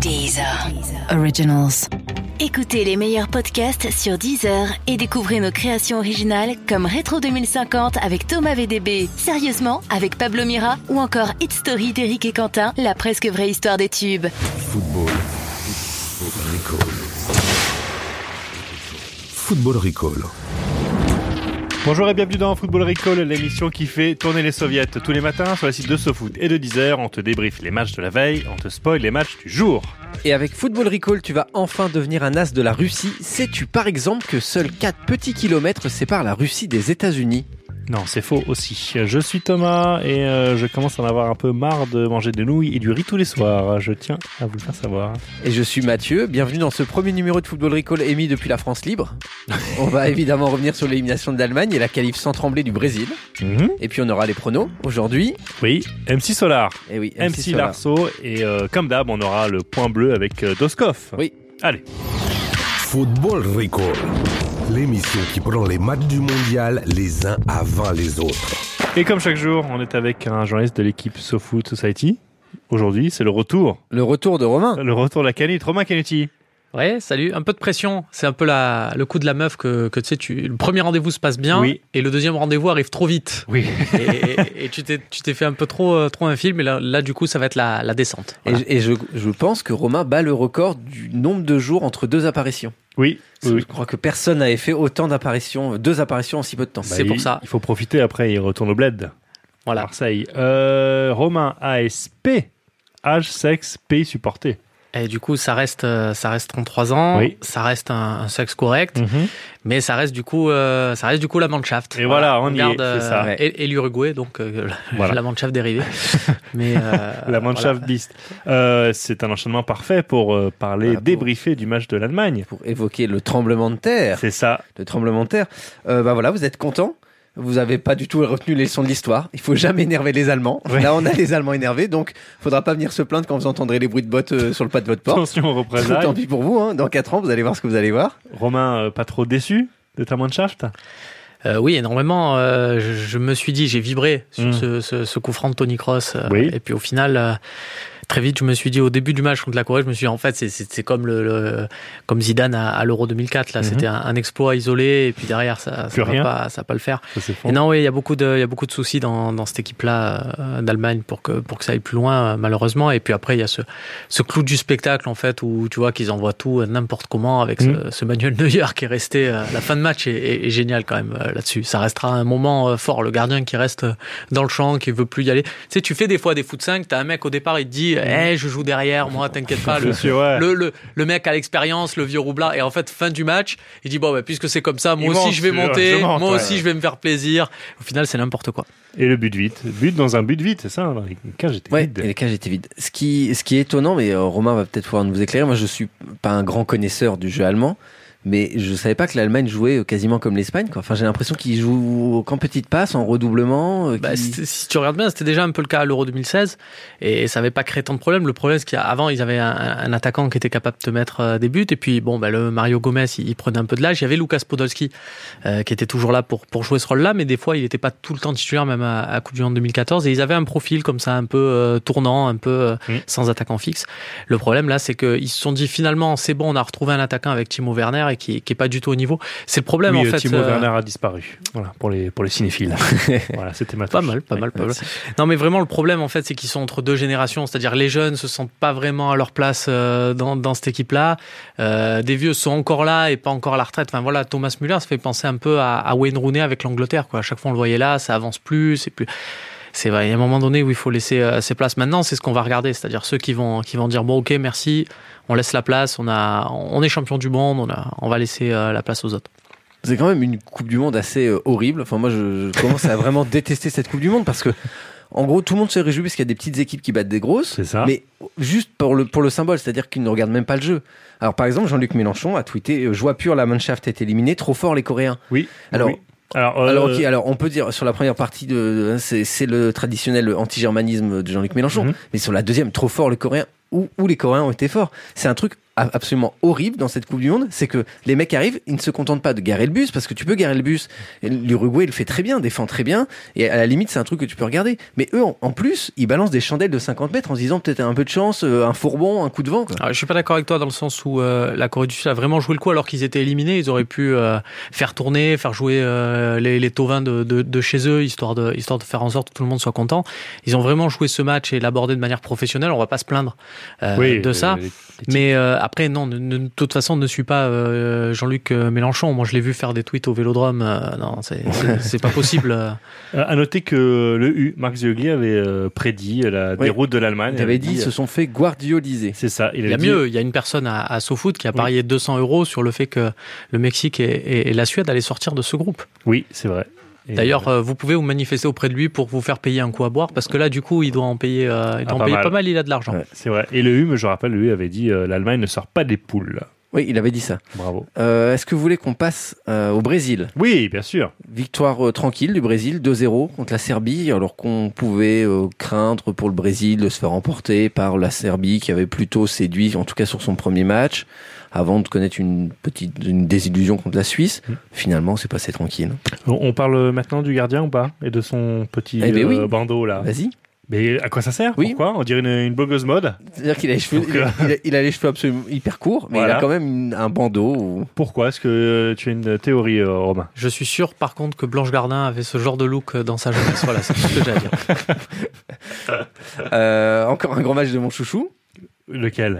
Deezer Originals. Écoutez les meilleurs podcasts sur Deezer et découvrez nos créations originales comme Rétro 2050 avec Thomas VDB, Sérieusement avec Pablo Mira ou encore Hit Story d'Éric et Quentin, la presque vraie histoire des tubes. Football Recall. Football Recall. Bonjour et bienvenue dans Football Recall, l'émission qui fait tourner les soviets tous les matins sur le site de SoFoot et de Deezer. On te débriefe les matchs de la veille, on te spoil les matchs du jour. Et avec Football Recall, tu vas enfin devenir un as de la Russie. Sais-tu par exemple que seuls 4 petits kilomètres séparent la Russie des États-Unis ? Non, c'est faux aussi. Je suis Thomas et je commence à en avoir un peu marre de manger des nouilles et du riz tous les soirs. Je tiens à vous le faire savoir. Et je suis Mathieu, bienvenue dans ce premier numéro de Football Recall émis depuis la France libre. On va évidemment revenir sur l'élimination de l'Allemagne et la qualif sans trembler du Brésil. Et puis on aura les pronos aujourd'hui. Oui, MC Solar. Et oui, MC Larceau et comme d'hab, on aura le point bleu avec Doskov. Oui. Allez. Football Recall. L'émission qui prend les matchs du mondial les uns avant les autres. Et comme chaque jour, on est avec un journaliste de l'équipe SoFoot Society. Aujourd'hui, c'est le retour. Le retour de Romain. Le retour de la Canute. Romain Canuti. Ouais, salut. Un peu de pression. C'est un peu le coup de la meuf que tu sais, le premier rendez-vous se passe bien, oui. Et le deuxième rendez-vous arrive trop vite. Oui. Et tu t'es fait un peu trop un film, et là du coup, ça va être la descente. Voilà. Et je pense que Romain bat le record du nombre de jours entre deux apparitions. Oui. Je crois que personne n'avait fait autant d'apparitions, 2 apparitions en si peu de temps. C'est pour ça. Il faut profiter, après il retourne au bled. Voilà. Marseille. Romain, ASP, âge, sexe, pays supporté. Et du coup, ça reste 33 ans, oui. Ça reste un sexe correct, mais ça reste du coup la Mannschaft. Et voilà, on y garde, est, c'est ça. Et l'Uruguay, donc voilà. La Mannschaft dérivée. Mais la Mannschaft Beast. C'est un enchaînement parfait pour débriefer du match de l'Allemagne. Pour évoquer le tremblement de terre. C'est ça. Le tremblement de terre. Voilà, vous êtes contents ? Vous n'avez pas du tout retenu les leçons de l'histoire. Il faut jamais énerver les Allemands. Oui. Là, on a les Allemands énervés, donc faudra pas venir se plaindre quand vous entendrez les bruits de bottes sur le pas de votre porte. Attention aux représailles. Tant pis pour vous, hein. Dans 4 ans, vous allez voir ce que vous allez voir. Romain, pas trop déçu de ta Mannschaft ? Oui, énormément. Je me suis dit, j'ai vibré sur ce coup franc de Toni Kroos. Oui. Et puis au final, très vite, je me suis dit, au début du match contre la Corée, je me suis dit, en fait, c'est comme comme Zidane à l'Euro 2004. Là, c'était un exploit isolé, et puis derrière, ça va pas le faire. Ça, et non, oui, il y a beaucoup de soucis dans cette équipe-là d'Allemagne pour que ça aille plus loin, malheureusement. Et puis après, il y a ce clou du spectacle, en fait, où tu vois qu'ils envoient tout n'importe comment avec ce Manuel Neuer qui est resté. La fin de match est géniale quand même là-dessus. Ça restera un moment fort. Le gardien qui reste dans le champ, qui veut plus y aller. Tu sais, tu fais des fois des foot 5, t'as un mec au départ, il te dit je joue derrière, moi, t'inquiète pas. Le mec a l'expérience, le vieux roublard. Et en fait, fin du match, il dit puisque c'est comme ça, moi aussi je vais monter, moi aussi je vais me faire plaisir. Au final, c'est n'importe quoi. Et le but vite. But dans un but vide, c'est ça, hein. Les cages étaient vides. Ouais, les cages étaient vides. Ce qui est étonnant, mais Romain va peut-être pouvoir nous éclairer. Moi, je suis pas un grand connaisseur du jeu allemand. Mais je savais pas que l'Allemagne jouait quasiment comme l'Espagne, quoi. Enfin, j'ai l'impression qu'ils jouent qu'en petites passes, en redoublement. Si tu regardes bien, c'était déjà un peu le cas à l'Euro 2016, et ça avait pas créé tant de problèmes. Le problème, c'est qu'avant, ils avaient un attaquant qui était capable de te mettre des buts, et puis le Mario Gomez, il prenait un peu de l'âge. Il y avait Lukas Podolski, qui était toujours là pour jouer ce rôle-là, mais des fois, il était pas tout le temps titulaire, même à Coupe du Monde 2014, et ils avaient un profil comme ça, un peu tournant, un peu sans attaquant fixe. Le problème, là, c'est qu'ils se sont dit, finalement, c'est bon, on a retrouvé un attaquant avec Timo Werner, qui est pas du tout au niveau. C'est le problème, en fait. Timo Werner a disparu. Voilà, pour les cinéphiles. Voilà, c'était ma touche. Pas mal. Non, mais vraiment, le problème, en fait, c'est qu'ils sont entre 2 générations. C'est-à-dire, les jeunes se sentent pas vraiment à leur place dans cette équipe-là. Des vieux sont encore là et pas encore à la retraite. Enfin, voilà, Thomas Müller, ça fait penser un peu à Wayne Rooney avec l'Angleterre, quoi. À chaque fois, on le voyait là, ça avance plus, c'est plus... Il y a un moment donné où il faut laisser ses places. Maintenant, c'est ce qu'on va regarder, c'est-à-dire ceux qui vont dire ok, merci, on laisse la place, on est champion du monde, on va laisser la place aux autres. C'est quand même une Coupe du Monde assez horrible. Enfin, moi, je commence à vraiment détester cette Coupe du Monde parce que, en gros, tout le monde se réjouit parce qu'il y a des petites équipes qui battent des grosses. C'est ça. Mais juste pour le symbole, c'est-à-dire qu'ils ne regardent même pas le jeu. Alors, par exemple, Jean-Luc Mélenchon a tweeté joie pure, la Mannschaft est éliminée, trop fort les Coréens. Oui. Alors. Oui. Alors, on peut dire sur la première partie c'est le traditionnel anti-germanisme de Jean-Luc Mélenchon, mais sur la deuxième, trop fort les Coréens, où les Coréens ont été forts. C'est un truc absolument horrible dans cette Coupe du Monde, c'est que les mecs arrivent, ils ne se contentent pas de garer le bus, parce que tu peux garer le bus. Et l'Uruguay le fait très bien, défend très bien, et à la limite, c'est un truc que tu peux regarder. Mais eux, en plus, ils balancent des chandelles de 50 mètres en se disant peut-être un peu de chance, un fourbon, un coup de vent, quoi. Alors, je suis pas d'accord avec toi dans le sens où la Corée du Sud a vraiment joué le coup alors qu'ils étaient éliminés. Ils auraient pu faire tourner, faire jouer les tauvins de chez eux, histoire de faire en sorte que tout le monde soit content. Ils ont vraiment joué ce match et l'aborder de manière professionnelle. On va pas se plaindre de ça. Mais après, non, de toute façon, ne suis pas Jean-Luc Mélenchon. Moi, je l'ai vu faire des tweets au Vélodrome. Non, c'est pas possible. À noter que le U, Marc Ziogli, avait prédit la déroute de l'Allemagne. Il avait dit, ils se sont fait guardioliser. C'est ça. Il y a mieux. Il y a une personne à SoFoot qui a parié 200 € sur le fait que le Mexique et la Suède allaient sortir de ce groupe. Oui, c'est vrai. Et d'ailleurs, vous pouvez vous manifester auprès de lui pour vous faire payer un coup à boire, parce que là, du coup, il doit en payer, pas mal. Il a de l'argent. Ouais, c'est vrai. Et le U, je rappelle, le U avait dit l'Allemagne ne sort pas des poules. Oui, il avait dit ça. Bravo. Est-ce que vous voulez qu'on passe au Brésil ? Oui, bien sûr. Victoire tranquille du Brésil, 2-0 contre la Serbie, alors qu'on pouvait craindre pour le Brésil de se faire emporter par la Serbie qui avait plutôt séduit, en tout cas sur son premier match, avant de connaître une désillusion contre la Suisse. Finalement, c'est passé tranquille. On parle maintenant du gardien ou pas ? Et de son petit bandeau là. Vas-y. Mais à quoi ça sert ? Pourquoi ? On dirait une blogueuse mode. C'est-à-dire qu'il a les cheveux, il a les cheveux absolument hyper courts, mais il a quand même un bandeau. Pourquoi ? Est-ce que tu as une théorie, Romain ? Je suis sûr, par contre, que Blanche Gardin avait ce genre de look dans sa jeunesse. Voilà, c'est tout ce que j'ai à dire. Encore un grand match de mon chouchou. Lequel ?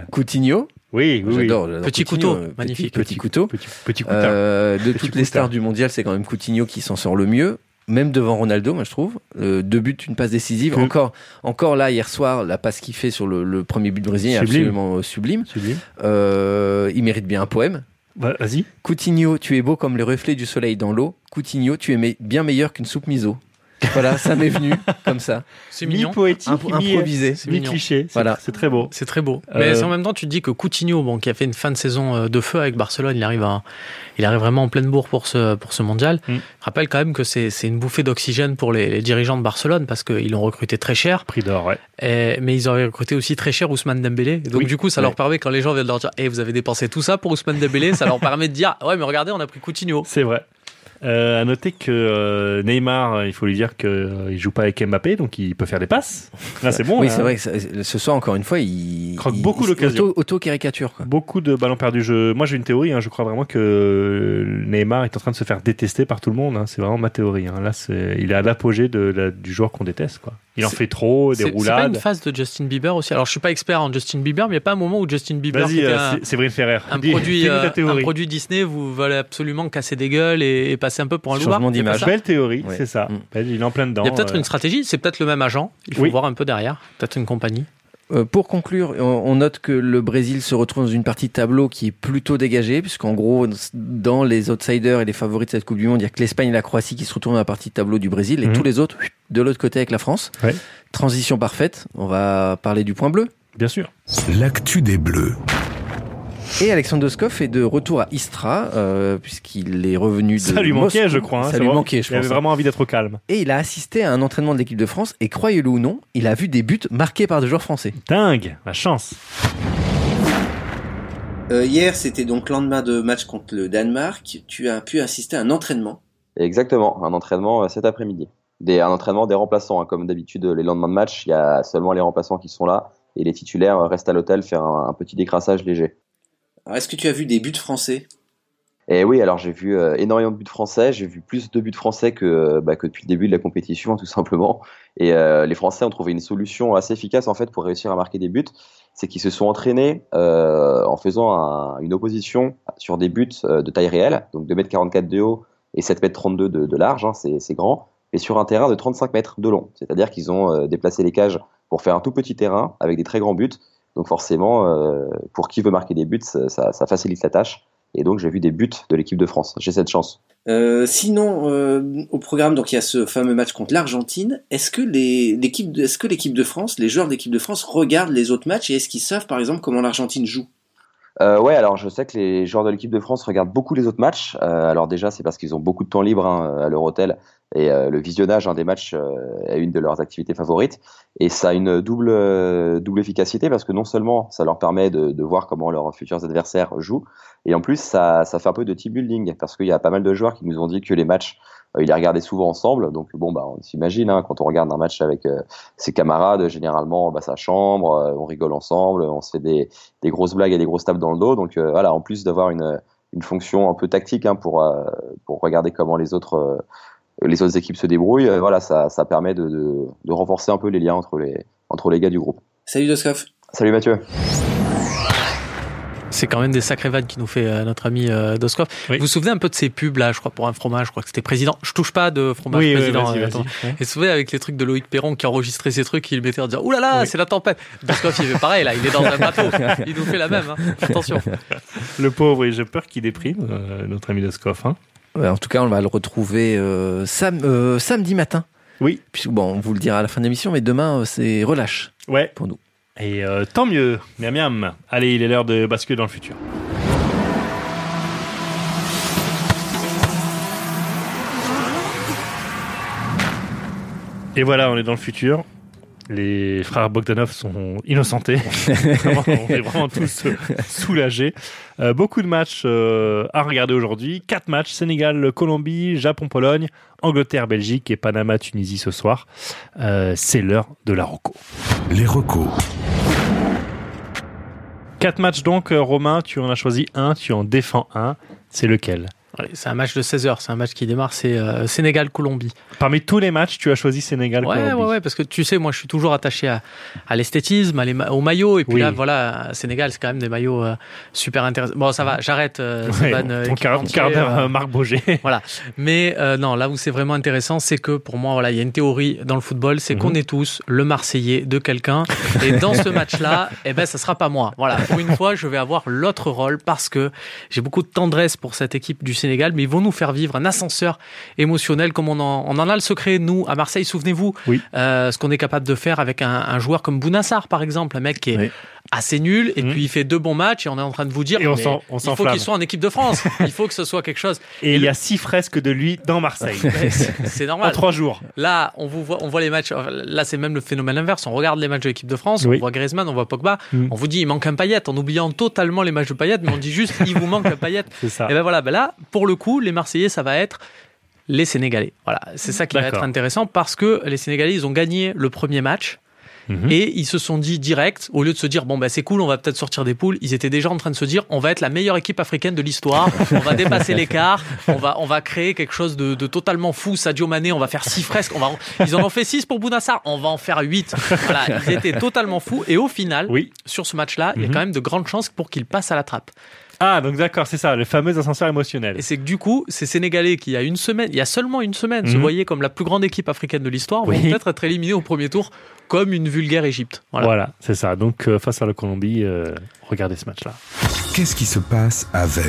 Coutinho. Oui. J'adore petit Coutinho, couteau, magnifique. Petit couteau. Petit couteau. De toutes les stars du mondial, c'est quand même Coutinho qui s'en sort le mieux. Même devant Ronaldo, moi je trouve. 2 buts, une passe décisive. Encore là, hier soir, la passe qu'il fait sur le premier but brésilien est absolument sublime. Il mérite bien un poème. Vas-y. Coutinho, tu es beau comme le reflet du soleil dans l'eau. Coutinho, tu es bien meilleur qu'une soupe miso. Voilà, ça m'est venu comme ça. C'est mignon. Mi-poétique, improvisé. C'est mi-cliché. Voilà. C'est très beau. C'est très beau. Mais en même temps, tu te dis que Coutinho, qui a fait une fin de saison de feu avec Barcelone, il arrive vraiment en pleine bourre pour ce mondial. Je rappelle quand même que c'est une bouffée d'oxygène pour les dirigeants de Barcelone parce qu'ils l'ont recruté très cher. Prix d'or, ouais. Mais ils auraient recruté aussi très cher Ousmane Dembélé. Donc du coup, ça leur permet, quand les gens viennent leur dire vous avez dépensé tout ça pour Ousmane Dembélé, ça leur permet de dire ouais, mais regardez, on a pris Coutinho. C'est vrai. À noter que Neymar, il faut lui dire qu'il joue pas avec Mbappé, donc il peut faire des passes. Là, c'est bon. Oui, là, c'est vrai que ce soir, encore une fois, il croque beaucoup d'occasions. Auto-caricature, quoi. Beaucoup de ballons perdus. Moi, j'ai une théorie. Je crois vraiment que Neymar est en train de se faire détester par tout le monde. C'est vraiment ma théorie. Là, il est à l'apogée du joueur qu'on déteste, quoi. Il en fait trop, des roulades. C'est pas une phase de Justin Bieber aussi. Alors, je suis pas expert en Justin Bieber, mais il n'y a pas un moment où Justin Bieber, Séverine Ferrer, un produit Disney, vous veulent absolument casser des gueules et passer un peu pour un loupard. Changement d'image. Belle théorie, c'est ça. Il est en plein dedans. Il y a peut-être une stratégie, c'est peut-être le même agent. Il faut voir un peu derrière. Peut-être une compagnie. Pour conclure, on note que le Brésil se retrouve dans une partie de tableau qui est plutôt dégagée, puisqu'en gros, dans les outsiders et les favoris de cette Coupe du Monde, il y a que l'Espagne et la Croatie qui se retrouvent dans la partie de tableau du Brésil, et tous les autres de l'autre côté avec la France. Ouais. Transition parfaite, on va parler du point bleu. Bien sûr. L'actu des Bleus. Et Alexandre Doskov est de retour à Istra, puisqu'il est revenu de Ça lui manquait, Moscou. je crois. Ça lui manquait, je pense. Il avait vraiment envie d'être au calme. Et il a assisté à un entraînement de l'équipe de France, et croyez-le ou non, il a vu des buts marqués par des joueurs français. Dingue, la chance. Hier, c'était donc lendemain de match contre le Danemark. Tu as pu assister à un entraînement. Exactement, un entraînement cet après-midi. Un entraînement des remplaçants. Comme d'habitude, les lendemains de match, il y a seulement les remplaçants qui sont là, et les titulaires restent à l'hôtel faire un petit décrassage léger. Alors, est-ce que tu as vu des buts français ? Et oui, alors j'ai vu énormément de buts français. J'ai vu plus de buts français que depuis le début de la compétition, tout simplement. Et les Français ont trouvé une solution assez efficace en fait pour réussir à marquer des buts. C'est qu'ils se sont entraînés en faisant une opposition sur des buts de taille réelle, donc 2m44 de haut et 7m32 de large, c'est grand, et sur un terrain de 35 mètres de long. C'est-à-dire qu'ils ont déplacé les cages pour faire un tout petit terrain avec des très grands buts. Donc forcément, pour qui veut marquer des buts, ça facilite la tâche. Et donc j'ai vu des buts de l'équipe de France. J'ai cette chance. Sinon, au programme, donc il y a ce fameux match contre l'Argentine. Est-ce que l'équipe de France, les joueurs de l'équipe de France regardent les autres matchs et est-ce qu'ils savent par exemple comment l'Argentine joue ? Ouais, alors je sais que les joueurs de l'équipe de France regardent beaucoup les autres matchs. Alors déjà, c'est parce qu'ils ont beaucoup de temps libre à leur hôtel et le visionnage des matchs est une de leurs activités favorites. Et ça a une double efficacité parce que non seulement ça leur permet de voir comment leurs futurs adversaires jouent, et en plus ça fait un peu de team building parce qu'il y a pas mal de joueurs qui nous ont dit que les matchs ils les regardaient souvent ensemble. Donc bon, on s'imagine quand on regarde un match avec ses camarades, généralement sa chambre, on rigole ensemble, on se fait des grosses blagues et des grosses tapes dans le dos. Donc voilà, en plus d'avoir une fonction un peu tactique pour regarder comment les autres équipes se débrouillent, voilà, ça permet de renforcer un peu les liens entre les gars du groupe. Salut Doskov. Salut Mathieu. C'est quand même des sacrés vannes qui nous fait notre ami Doskov. Oui. Vous vous souvenez un peu de ces pubs là, je crois, pour un fromage, je crois que c'était président. Je touche pas de fromage président. Vas-y. Et vous vous souvenez avec les trucs de Loïc Perron qui enregistrait ces trucs, il mettait en disant oulala, c'est la tempête. Doskov il fait pareil là, il est dans un bateau. Il nous fait la même, attention. Le pauvre, oui, j'ai peur qu'il déprime, notre ami Doskov. Ouais, en tout cas, on va le retrouver samedi matin. Oui. Puis, on vous le dira à la fin de l'émission, mais demain, c'est relâche pour nous. Et tant mieux, miam miam. Allez, il est l'heure de basculer dans le futur. Et voilà, on est dans le futur. Les frères Bogdanov sont innocentés. On est vraiment tous soulagés. Beaucoup de matchs à regarder aujourd'hui. 4 matchs, Sénégal, Colombie, Japon, Pologne, Angleterre, Belgique et Panama, Tunisie ce soir. C'est l'heure de la reco. Les recos. 4 matchs donc, Romain, tu en as choisi un, tu en défends un. C'est lequel ? Ouais, c'est un match de 16h, c'est un match qui démarre, c'est Sénégal-Colombie. Parmi tous les matchs, tu as choisi Sénégal-Colombie. Ouais, parce que tu sais, moi je suis toujours attaché à l'esthétisme, au maillot, et puis là, voilà, Sénégal, c'est quand même des maillots super intéressants. Bon, ça va, j'arrête. Ton quart d'heure, Marc Boger. Voilà. Mais non, là où c'est vraiment intéressant, c'est que pour moi, voilà, il y a une théorie dans le football, c'est qu'on est tous le Marseillais de quelqu'un, et dans ce match-là, ça sera pas moi. Voilà, pour une fois, je vais avoir l'autre rôle parce que j'ai beaucoup de tendresse pour cette équipe du Sénégal, mais ils vont nous faire vivre un ascenseur émotionnel comme on en a le secret, nous, à Marseille, souvenez-vous, ce qu'on est capable de faire avec un joueur comme Bounassar, par exemple, un mec qui est assez nul, et puis il fait 2 bons matchs, et on est en train de vous dire, on il faut qu'il soit en équipe de France, il faut que ce soit quelque chose. Et il y a 6 fresques de lui dans Marseille. C'est normal. En 3 jours. Là, on voit les matchs, là c'est même le phénomène inverse, on regarde les matchs de l'équipe de France, on voit Griezmann, on voit Pogba, on vous dit il manque un Payet, en oubliant totalement les matchs de Payet, mais on dit juste il vous manque un Payet. C'est ça. Et voilà, là, pour le coup, les Marseillais, ça va être les Sénégalais. Voilà, c'est ça qui va être intéressant parce que les Sénégalais, ils ont gagné le premier match. Et ils se sont dit direct, au lieu de se dire c'est cool, on va peut-être sortir des poules, ils étaient déjà en train de se dire on va être la meilleure équipe africaine de l'histoire, on va dépasser l'écart, on va créer quelque chose de totalement fou. Sadio Mané, on va faire 6 fresques, ils en ont fait 6 pour Bounassar, on va en faire 8. Voilà, ils étaient totalement fous et au final, sur ce match-là, il y a quand même de grandes chances pour qu'ils passent à la trappe. Ah, donc d'accord, c'est ça, le fameux ascenseur émotionnel. Et c'est que du coup, ces Sénégalais qui, il y a seulement une semaine, se voyaient comme la plus grande équipe africaine de l'histoire, vont peut-être être éliminés au premier tour comme une vulgaire Égypte. Voilà, c'est ça. Donc, face à la Colombie, regardez ce match-là. Qu'est-ce qui se passe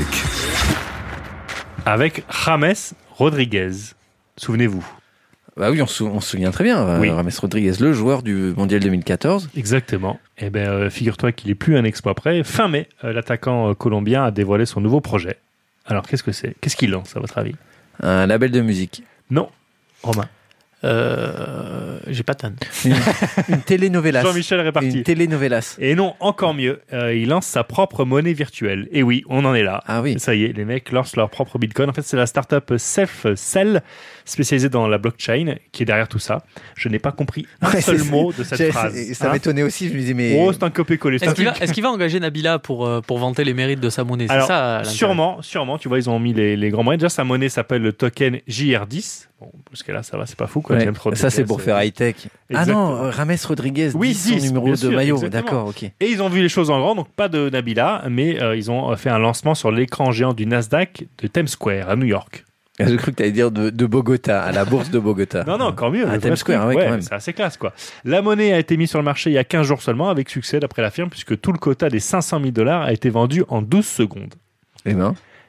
avec James Rodriguez? Souvenez-vous. Bah oui, on se souvient très bien. James Rodriguez, le joueur du Mondial 2014. Exactement. Eh bien, figure-toi qu'il n'est plus un exploit près. Fin mai, l'attaquant colombien a dévoilé son nouveau projet. Alors, qu'est-ce que c'est? Qu'est-ce qu'il lance, à votre avis? Un label de musique. Non. Romain. J'ai pas tanne. Une telenovelas. Jean-Michel Réparti. Une telenovelas. Et non, encore mieux, il lance sa propre monnaie virtuelle. Et oui, on en est là. Ah oui. Ça y est, les mecs lancent leur propre Bitcoin. En fait, c'est la startup SafeCell, spécialisée dans la blockchain, qui est derrière tout ça. Je n'ai pas compris un seul mot de cette phrase. Ça m'étonnait aussi, je me disais, mais... Oh, c'est un copier-coller. Est-ce qu'il va engager Nabila pour vanter les mérites de sa monnaie? C'est ça, sûrement, tu vois, ils ont mis les grands moyens. Déjà, sa monnaie s'appelle le token JR10. Bon, parce que là, ça va, c'est pas fou, quoi. Ça, c'est pour faire high-tech. Exactement. Ah non, James Rodriguez, 10, son 10, numéro de maillot. Exactement. D'accord, ok. Et ils ont vu les choses en grand, donc pas de Nabila, mais ils ont fait un lancement sur l'écran géant du Nasdaq de Times Square à New York. J'ai cru que tu allais dire de Bogota, à la bourse de Bogota. Non, encore mieux. À Times Square, quand même. C'est assez classe, quoi. La monnaie a été mise sur le marché il y a 15 jours seulement, avec succès d'après la firme, puisque tout le quota des $500 000 a été vendu en 12 secondes. Eh ben.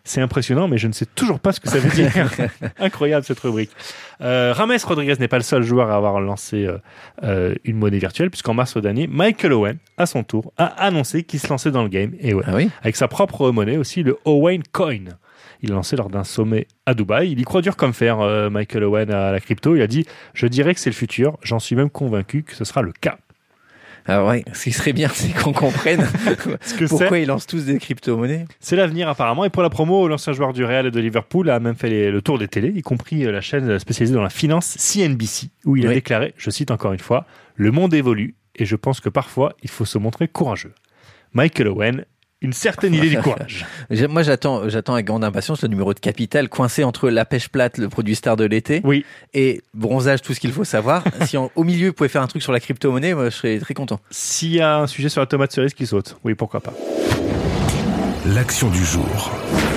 C'est impressionnant, mais je ne sais toujours pas ce que ça veut dire. Incroyable cette rubrique. James Rodriguez n'est pas le seul joueur à avoir lancé une monnaie virtuelle, puisqu'en mars dernier, Michael Owen, à son tour, a annoncé qu'il se lançait dans le game. Et ouais, avec sa propre monnaie aussi, le Owen Coin. Il l'a lancé lors d'un sommet à Dubaï. Il y croit dur comme fer, Michael Owen, à la crypto. Il a dit « Je dirais que c'est le futur. J'en suis même convaincu que ce sera le cas. » Alors ouais, ce qui serait bien, c'est qu'on comprenne pourquoi ils lancent tous des crypto-monnaies. C'est l'avenir apparemment. Et pour la promo, l'ancien joueur du Real et de Liverpool a même fait le tour des télés, y compris la chaîne spécialisée dans la finance CNBC, où il a déclaré, je cite encore une fois, « Le monde évolue et je pense que parfois, il faut se montrer courageux. » Michael Owen, une certaine idée du courage. Moi, j'attends avec grande impatience le numéro de Capital coincé entre la pêche plate, le produit star de l'été, et bronzage, tout ce qu'il faut savoir. Si au milieu, vous pouvez faire un truc sur la crypto-monnaie, moi, je serais très content. S'il y a un sujet sur la tomate cerise qui saute, oui, pourquoi pas. L'action du jour.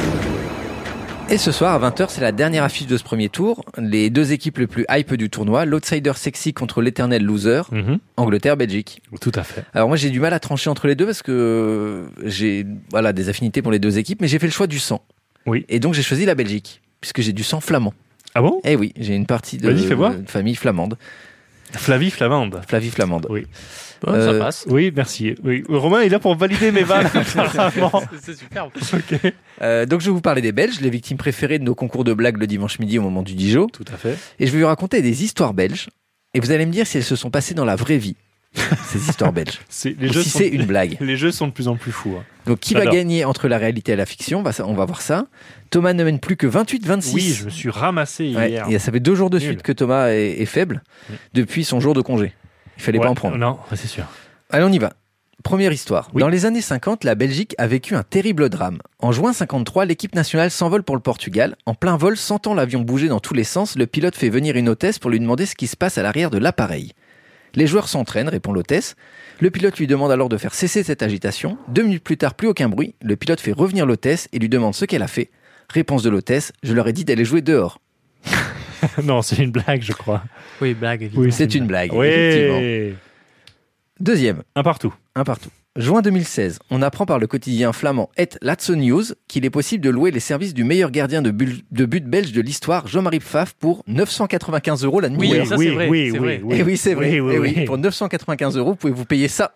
Et ce soir, à 20h, c'est la dernière affiche de ce premier tour. Les deux équipes les plus hype du tournoi, l'outsider sexy contre l'éternel loser, Angleterre-Belgique. Tout à fait. Alors moi, j'ai du mal à trancher entre les deux parce que j'ai des affinités pour les deux équipes, mais j'ai fait le choix du sang. Oui. Et donc, j'ai choisi la Belgique, puisque j'ai du sang flamand. Ah bon ? Eh oui, j'ai une partie de famille flamande. Flavie Flamande. Oui. Bon, ça passe. Oui, merci. Oui. Romain est là pour valider mes vannes. C'est super. Ok. Donc je vais vous parler des Belges, les victimes préférées de nos concours de blagues le dimanche midi au moment du Dijon. Tout à fait. Et je vais vous raconter des histoires belges. Et vous allez me dire si elles se sont passées dans la vraie vie, ces histoires belges. C'est une blague. Les jeux sont de plus en plus fous. Hein. Donc qui va gagner entre la réalité et la fiction ? On va voir ça. Thomas ne mène plus que 28-26. Oui, je me suis ramassé hier. Et ça fait 2 jours de suite que Thomas est faible depuis son jour de congé. Il fallait pas en prendre. Non, c'est sûr. Allez, on y va. Première histoire. Dans les années 50, la Belgique a vécu un terrible drame. En juin 53, l'équipe nationale s'envole pour le Portugal. En plein vol, sentant l'avion bouger dans tous les sens, le pilote fait venir une hôtesse pour lui demander ce qui se passe à l'arrière de l'appareil. Les joueurs s'entraînent, répond l'hôtesse. Le pilote lui demande alors de faire cesser cette agitation. 2 minutes plus tard, plus aucun bruit. Le pilote fait revenir l'hôtesse et lui demande ce qu'elle a fait. Réponse de l'hôtesse, je leur ai dit d'aller jouer dehors. Non, c'est une blague, je crois. Oui, blague, évidemment. Oui, c'est une blague, oui. Effectivement. Deuxième. Un partout. Juin 2016, on apprend par le quotidien flamand Het Laatste Nieuws qu'il est possible de louer les services du meilleur gardien de but belge de l'histoire, Jean-Marie Pfaff, pour 995 € la nuit. Oui, ça c'est vrai. Et oui, c'est vrai. Oui. Pour 995 €, vous pouvez vous payer ça.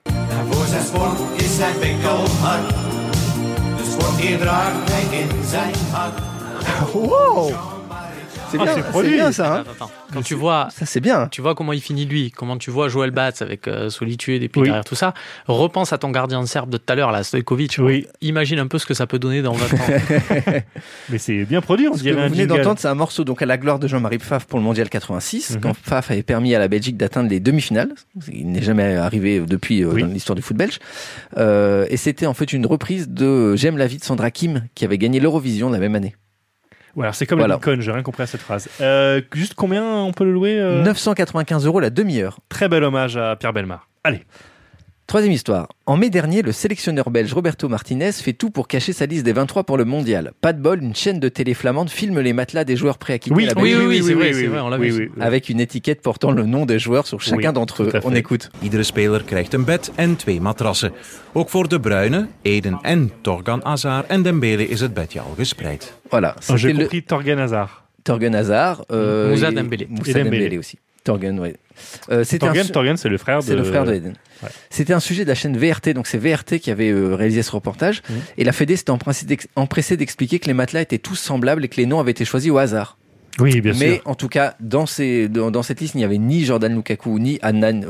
Wow! C'est bien ça. Hein. Attends. Quand tu vois, ça c'est bien. Tu vois comment il finit lui, comment tu vois Joël Batz avec Solitude et puis derrière tout ça. Repense à ton gardien de Serbe de tout à l'heure, là, Stojkovic. Oui. Imagine un peu ce que ça peut donner dans 20 ans. Mais c'est bien produit, on dirait. Ce que vous venez d'entendre, c'est un morceau donc à la gloire de Jean-Marie Pfaff pour le Mondial 86, quand Pfaff avait permis à la Belgique d'atteindre les demi-finales. Il n'est jamais arrivé depuis dans l'histoire du foot belge. Et c'était en fait une reprise de J'aime la vie de Sandra Kim qui avait gagné l'Eurovision la même année. Ouais, alors c'est comme le Bitcoin, j'ai rien compris à cette phrase. Juste combien on peut le louer 995 € la demi-heure. Très bel hommage à Pierre Bellemare. Allez. Troisième histoire. En mai dernier, le sélectionneur belge Roberto Martinez fait tout pour cacher sa liste des 23 pour le mondial. Pas de bol, une chaîne de télé flamande filme les matelas des joueurs prêts à quitter la Belgique. Oui, c'est vrai, on l'a vu. Avec une étiquette portant le nom des joueurs sur chacun d'entre eux. On écoute. Iedere speler krijgt een bed en 2 matrassen. Ook voor De Bruyne, Eden en Torgan Hazard en Dembele is het bedje al gespreid. Voilà. J'ai compris Torgan Hazard. Torgan Hazard. Moussa Dembélé. Moussa Dembélé aussi. Torgan, ouais. Torgan, c'est le frère de... C'est le frère de Eden. Ouais. C'était un sujet de la chaîne VRT, donc c'est VRT qui avait réalisé ce reportage. Et la Fédé s'était empressée d'expliquer que les matelas étaient tous semblables et que les noms avaient été choisis au hasard. Oui, bien sûr. Mais en tout cas, dans cette liste, il n'y avait ni Jordan Lukaku, ni Adnan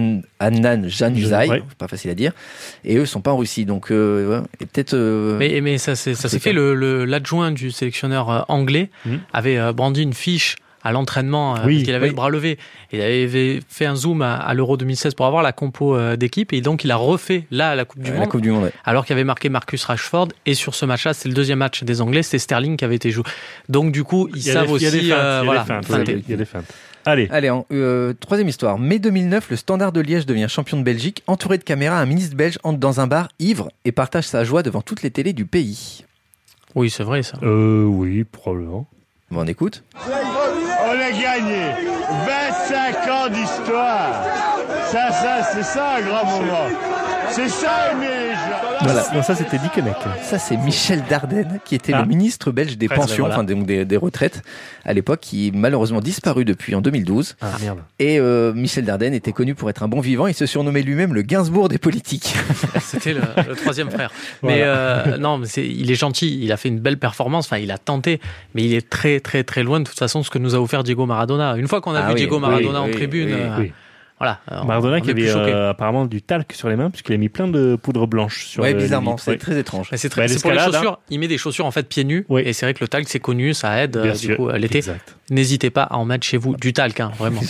Januzaj, c'est pas facile à dire. Et eux sont pas en Russie, donc et peut-être. Mais ça s'est fait. L'adjoint du sélectionneur anglais avait brandi une fiche à l'entraînement parce qu'il avait le bras levé. Il avait fait un zoom à l'Euro 2016 pour avoir la compo d'équipe et donc il a refait là la Coupe du Monde. La Coupe du Monde, alors qu'il avait marqué Marcus Rashford et sur ce match-là, c'est le deuxième match des Anglais, c'était Sterling qui avait été joué. Donc du coup, ils savent aussi. Il y a des feintes. Allez, troisième histoire. Mai 2009, le Standard de Liège devient champion de Belgique. Entouré de caméras, un ministre belge entre dans un bar ivre et partage sa joie devant toutes les télés du pays. Oui, c'est vrai ça. Oui, probablement. Bon, on écoute. On a gagné 25 ans d'histoire. Ça, c'est ça un grand moment. C'est ça aimer les gens. Voilà. Non, ça c'était Dickeneck. Ça, c'est Michel Dardenne, qui était le ministre belge des Presque, pensions, voilà. enfin donc des retraites, à l'époque, qui est malheureusement disparu depuis en 2012. Ah merde. Et Michel Dardenne était connu pour être un bon vivant. Il se surnommait lui-même le Gainsbourg des politiques. C'était le troisième frère. Mais non, mais il est gentil. Il a fait une belle performance. Enfin, il a tenté, mais il est très très très loin de toute façon ce que nous a offert Diego Maradona. Une fois qu'on a vu Diego Maradona en tribune, Oui. voilà. Maradona on qui est plus avait choqué. apparemment du talc sur les mains puisqu'il a mis plein de poudre blanche sur Ouais, les bizarrement, vitres. c'est Oui. très étrange. Mais c'est Bah, c'est pour les l'escalade, chaussures. Il met des chaussures en fait pieds nus. Oui. Et c'est vrai que le talc c'est connu, ça aide. Bien Du sûr. coup, l'été, Exact. n'hésitez pas à en mettre chez vous du talc, hein, vraiment.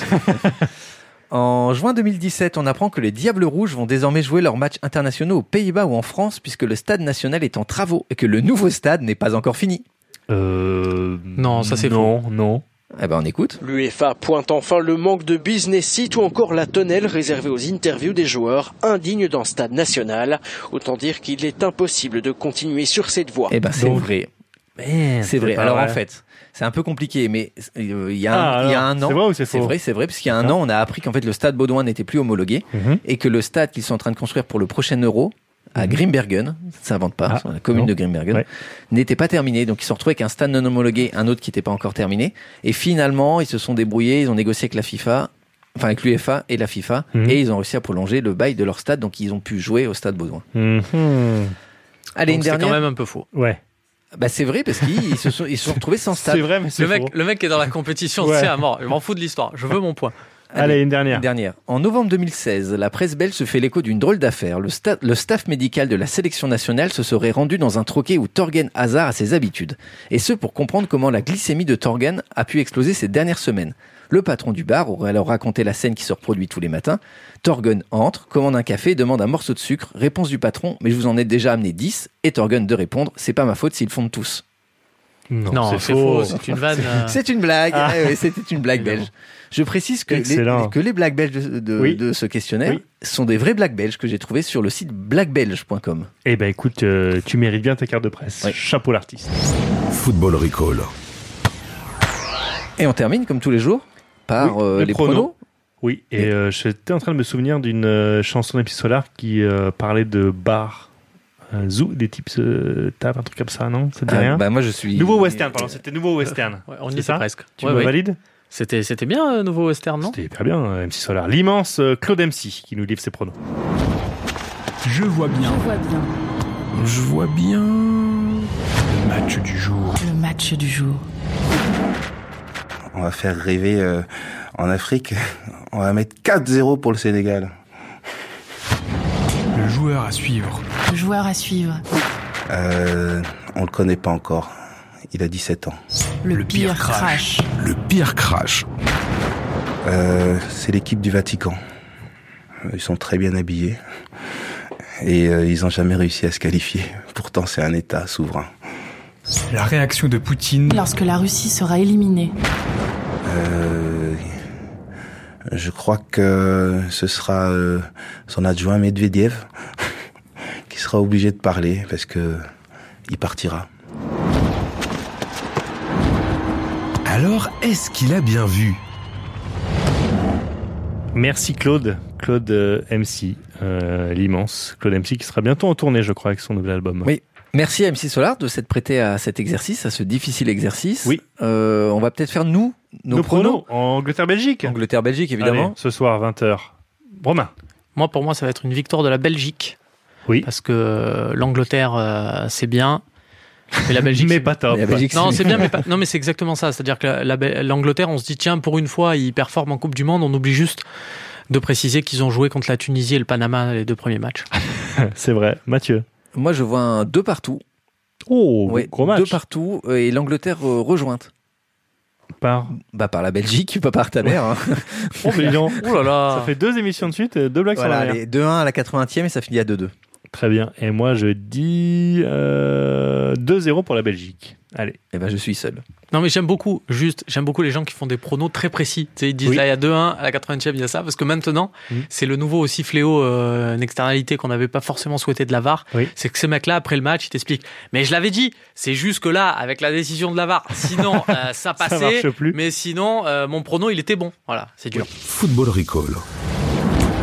En juin 2017, on apprend que les Diables Rouges vont désormais jouer leurs matchs internationaux aux Pays-Bas ou en France puisque le stade national est en travaux et que le nouveau stade n'est pas encore fini. Non, ça, c'est Non. Eh ben, on écoute. L'UEFA pointe enfin le manque de business seat ou encore la tonnelle réservée aux interviews des joueurs indignes d'un stade national. Autant dire qu'il est impossible de continuer sur cette voie. Eh ben, c'est Donc, vrai. Merde, C'est vrai. pas Alors vrai. en fait, c'est un peu compliqué, mais il y a un an. C'est vrai ou c'est faux? C'est vrai, parce qu'il y a un an, on a appris qu'en fait le stade Baudouin n'était plus homologué et que le stade qu'ils sont en train de construire pour le prochain Euro à Grimbergen, ça s'invente pas, sur la commune de Grimbergen, n'était pas terminé. Donc ils se sont retrouvés avec un stade non homologué, un autre qui n'était pas encore terminé. Et finalement, ils se sont débrouillés, ils ont négocié avec la FIFA, enfin avec l'UEFA et la FIFA, et ils ont réussi à prolonger le bail de leur stade, donc ils ont pu jouer au stade Baudouin. Allez, Donc, une c'est dernière. quand même un peu faux. Ouais. Bah c'est vrai parce qu'ils se sont retrouvés sans stade. C'est vrai, mais c'est faux. Le mec qui est dans la compétition, Ouais. c'est à mort. Je m'en fous de l'histoire. Je veux mon point. Allez, une dernière. Une dernière. En novembre 2016, la presse belge se fait l'écho d'une drôle d'affaire. Le staff médical de la sélection nationale se serait rendu dans un troquet où Thorgan Hazard a ses habitudes. Et ce, pour comprendre comment la glycémie de Thorgan a pu exploser ces dernières semaines. Le patron du bar aurait alors raconté la scène qui se reproduit tous les matins. Thorgan entre, commande un café, demande un morceau de sucre. Réponse du patron, mais je vous en ai déjà amené 10. Et Thorgan de répondre, c'est pas ma faute s'ils fondent tous. Non, c'est faux. C'est une vanne. C'est une blague. Ah. Ouais, c'était une blague belge. Je précise que Excellent. les blagues belges de ce questionnaire sont des vraies blagues belges que j'ai trouvées sur le site blaguebelge.com. Eh ben écoute, tu mérites bien ta carte de presse. Oui. Chapeau l'artiste. Football Recall. Et on termine, comme tous les jours, par Oui, les pronos. Oui, et j'étais en train de me souvenir d'une chanson d'M.C. Solar qui parlait de bar. Zoo, des types table, un truc comme ça, non? Ça te dit rien? Bah moi je suis... Nouveau western, pardon, c'était nouveau western. Ouais, on y C'est était ça presque. Tu Ouais, me ouais. valides? C'était bien, nouveau western, non? C'était hyper bien, MC Solar. L'immense Claude MC qui nous livre ses pronos. Je vois bien. Je vois bien. Le match du jour. Le match du jour. On va faire rêver en Afrique. On va mettre 4-0 pour le Sénégal. Le joueur à suivre. Le joueur à suivre. On le connaît pas encore. Il a 17 ans. Le pire crash. Le pire crash. C'est l'équipe du Vatican. Ils sont très bien habillés. Et ils n'ont jamais réussi à se qualifier. Pourtant, c'est un État souverain. La réaction de Poutine. Lorsque la Russie sera éliminée. Je crois que ce sera son adjoint Medvedev qui sera obligé de parler parce que il partira. Alors, est-ce qu'il a bien vu? Merci Claude MC, l'immense Claude MC qui sera bientôt en tournée, je crois, avec son nouvel album. Oui. Merci à MC Solar de s'être prêté à cet exercice, à ce difficile exercice. Oui. On va peut-être faire nos pronos. En Angleterre-Belgique. Angleterre-Belgique, évidemment. Allez, ce soir, 20h. Romain. Pour moi, ça va être une victoire de la Belgique. Oui. Parce que l'Angleterre, c'est bien. Mais la Belgique, mais pas top. Non, c'est bien, mais pas. Non, mais c'est exactement ça. C'est-à-dire que l'Angleterre, on se dit, tiens, pour une fois, ils performent en Coupe du Monde. On oublie juste de préciser qu'ils ont joué contre la Tunisie et le Panama les 2 premiers matchs. C'est vrai. Mathieu. Moi, je vois un 2 partout. Oh, Ouais, gros match. 2 partout et l'Angleterre rejointe. Par la Belgique, pas par ta mère. Hein. Oh, mais dis donc. Oh là là. Ça fait 2 émissions de suite, 2 blagues sur la Voilà, mer. allez, 2-1 à la 80e et ça finit à 2-2. Très bien. Et moi, je dis 2-0 pour la Belgique. Allez. Et ben, je suis seul. Non, mais j'aime beaucoup les gens qui font des pronos très précis. Tu sais, ils disent Oui. là, il y a 2-1, à la 80e, il y a ça. Parce que maintenant, c'est le nouveau aussi fléau, une externalité qu'on n'avait pas forcément souhaité de la VAR. Oui. C'est que ces mecs-là, après le match, ils t'expliquent. Mais je l'avais dit, c'est juste que là, avec la décision de la VAR, sinon, ça passait. marche plus. Mais sinon, mon prono, il était bon. Voilà, c'est dur. Football Recall.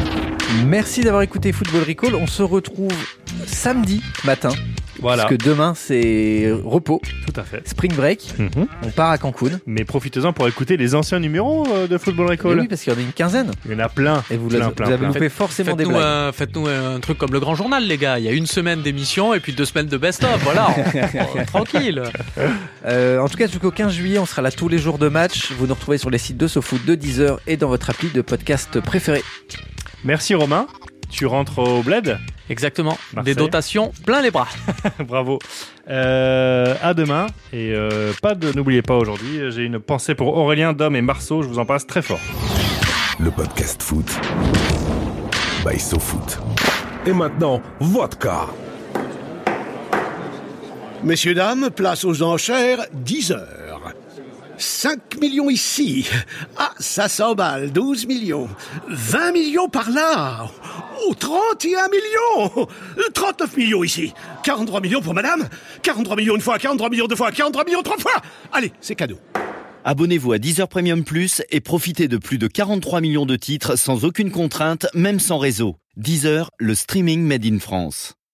Merci d'avoir écouté Football Recall. On se retrouve samedi matin. Voilà. Parce que demain, c'est repos. Tout à fait. Spring break. On part à Cancun. Mais profitez-en pour écouter les anciens numéros de Football Recall. Oui, parce qu'il y en a une quinzaine. Il y en a plein. Et vous avez loupé forcément des blagues. Faites-nous un truc comme le Grand Journal, les gars. Il y a une semaine d'émission et puis 2 semaines de best-of. Voilà, tranquille. En tout cas, jusqu'au 15 juillet, on sera là tous les jours de match. Vous nous retrouvez sur les sites de SoFoot, de Deezer et dans votre appli de podcast préféré. Merci Romain. Tu rentres au bled ? Exactement. Marseille. Des dotations plein les bras. Bravo. À demain. Et n'oubliez pas aujourd'hui, j'ai une pensée pour Aurélien, Dom et Marceau. Je vous en passe très fort. Le podcast foot by SoFoot. Et maintenant, vodka. Messieurs, dames, place aux enchères, 10 heures. 5 millions ici. Ah, ça s'emballe, 12 millions. 20 millions par là. Oh, 31 millions. 39 millions ici. 43 millions pour madame. 43 millions une fois, 43 millions deux fois, 43 millions 3 fois. Allez, c'est cadeau. Abonnez-vous à Deezer Premium Plus et profitez de plus de 43 millions de titres sans aucune contrainte, même sans réseau. Deezer, le streaming made in France.